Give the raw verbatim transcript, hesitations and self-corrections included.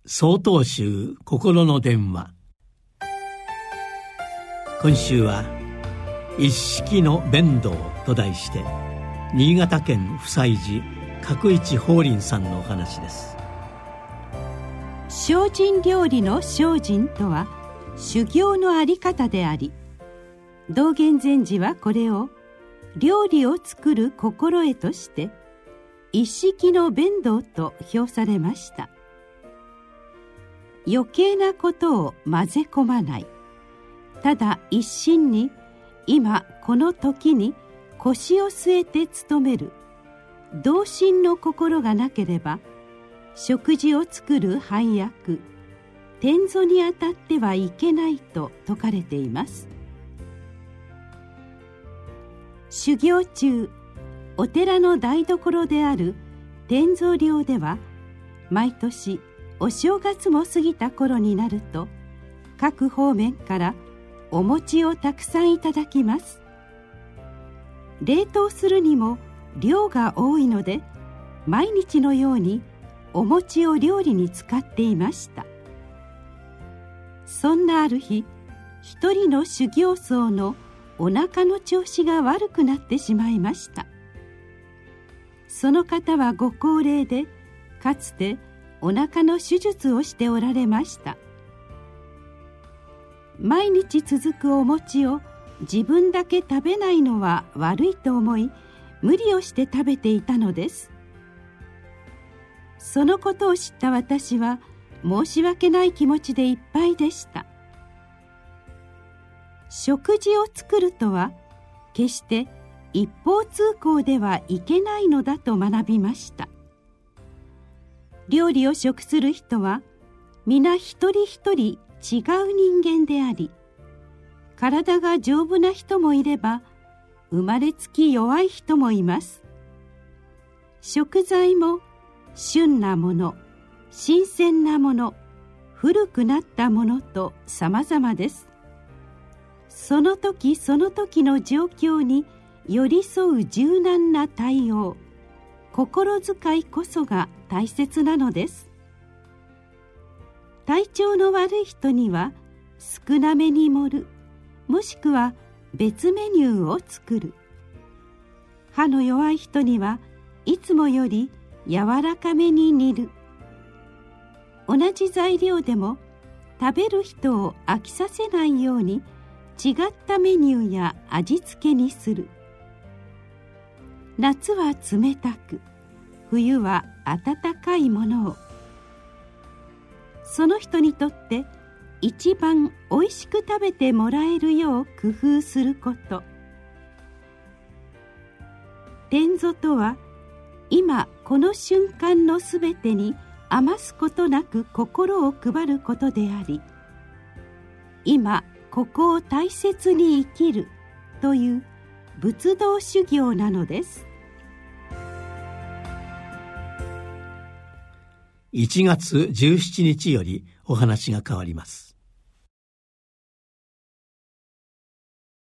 曹洞宗心の電話。今週は一式の弁道と題して、新潟県普済寺角一法輪さんのお話です。 精進料理の精進とは修行のあり方であり、道元禅師はこれを料理を作る心得として一式の弁道と評されました。余計なことを混ぜ込まない、ただ一心に今この時に腰を据えて努める同心の心がなければ、食事を作る配役典座にあたってはいけないと説かれています。修行中、お寺の台所である典座寮では、毎年お正月も過ぎた頃になると、各方面からお餅をたくさんいただきます。冷凍するにも量が多いので、毎日のようにお餅を料理に使っていました。そんなある日、一人の修行僧のお腹の調子が悪くなってしまいました。その方はご高齢で、かつてお腹の手術をしておられました。毎日続くお餅を自分だけ食べないのは悪いと思い、無理をして食べていたのです。そのことを知った私は申し訳ない気持ちでいっぱいでした。食事を作るとは決して一方通行ではいけないのだと学びました。料理を食する人は皆一人一人違う人間であり、体が丈夫な人もいれば生まれつき弱い人もいます。食材も旬なもの、新鮮なもの、古くなったものと様々です。その時その時の状況に寄り添う柔軟な対応、心遣いこそが大切なのです。体調の悪い人には少なめに盛る、もしくは別メニューを作る。歯の弱い人にはいつもより柔らかめに煮る。同じ材料でも食べる人を飽きさせないように違ったメニューや味付けにする。夏は冷たく、冬は温かいものを。その人にとって一番おいしく食べてもらえるよう工夫すること。典座とは、今この瞬間のすべてに余すことなく心を配ることであり、今ここを大切に生きるという仏道修行なのです。 いちがつじゅうしちにちよりお話が変わります。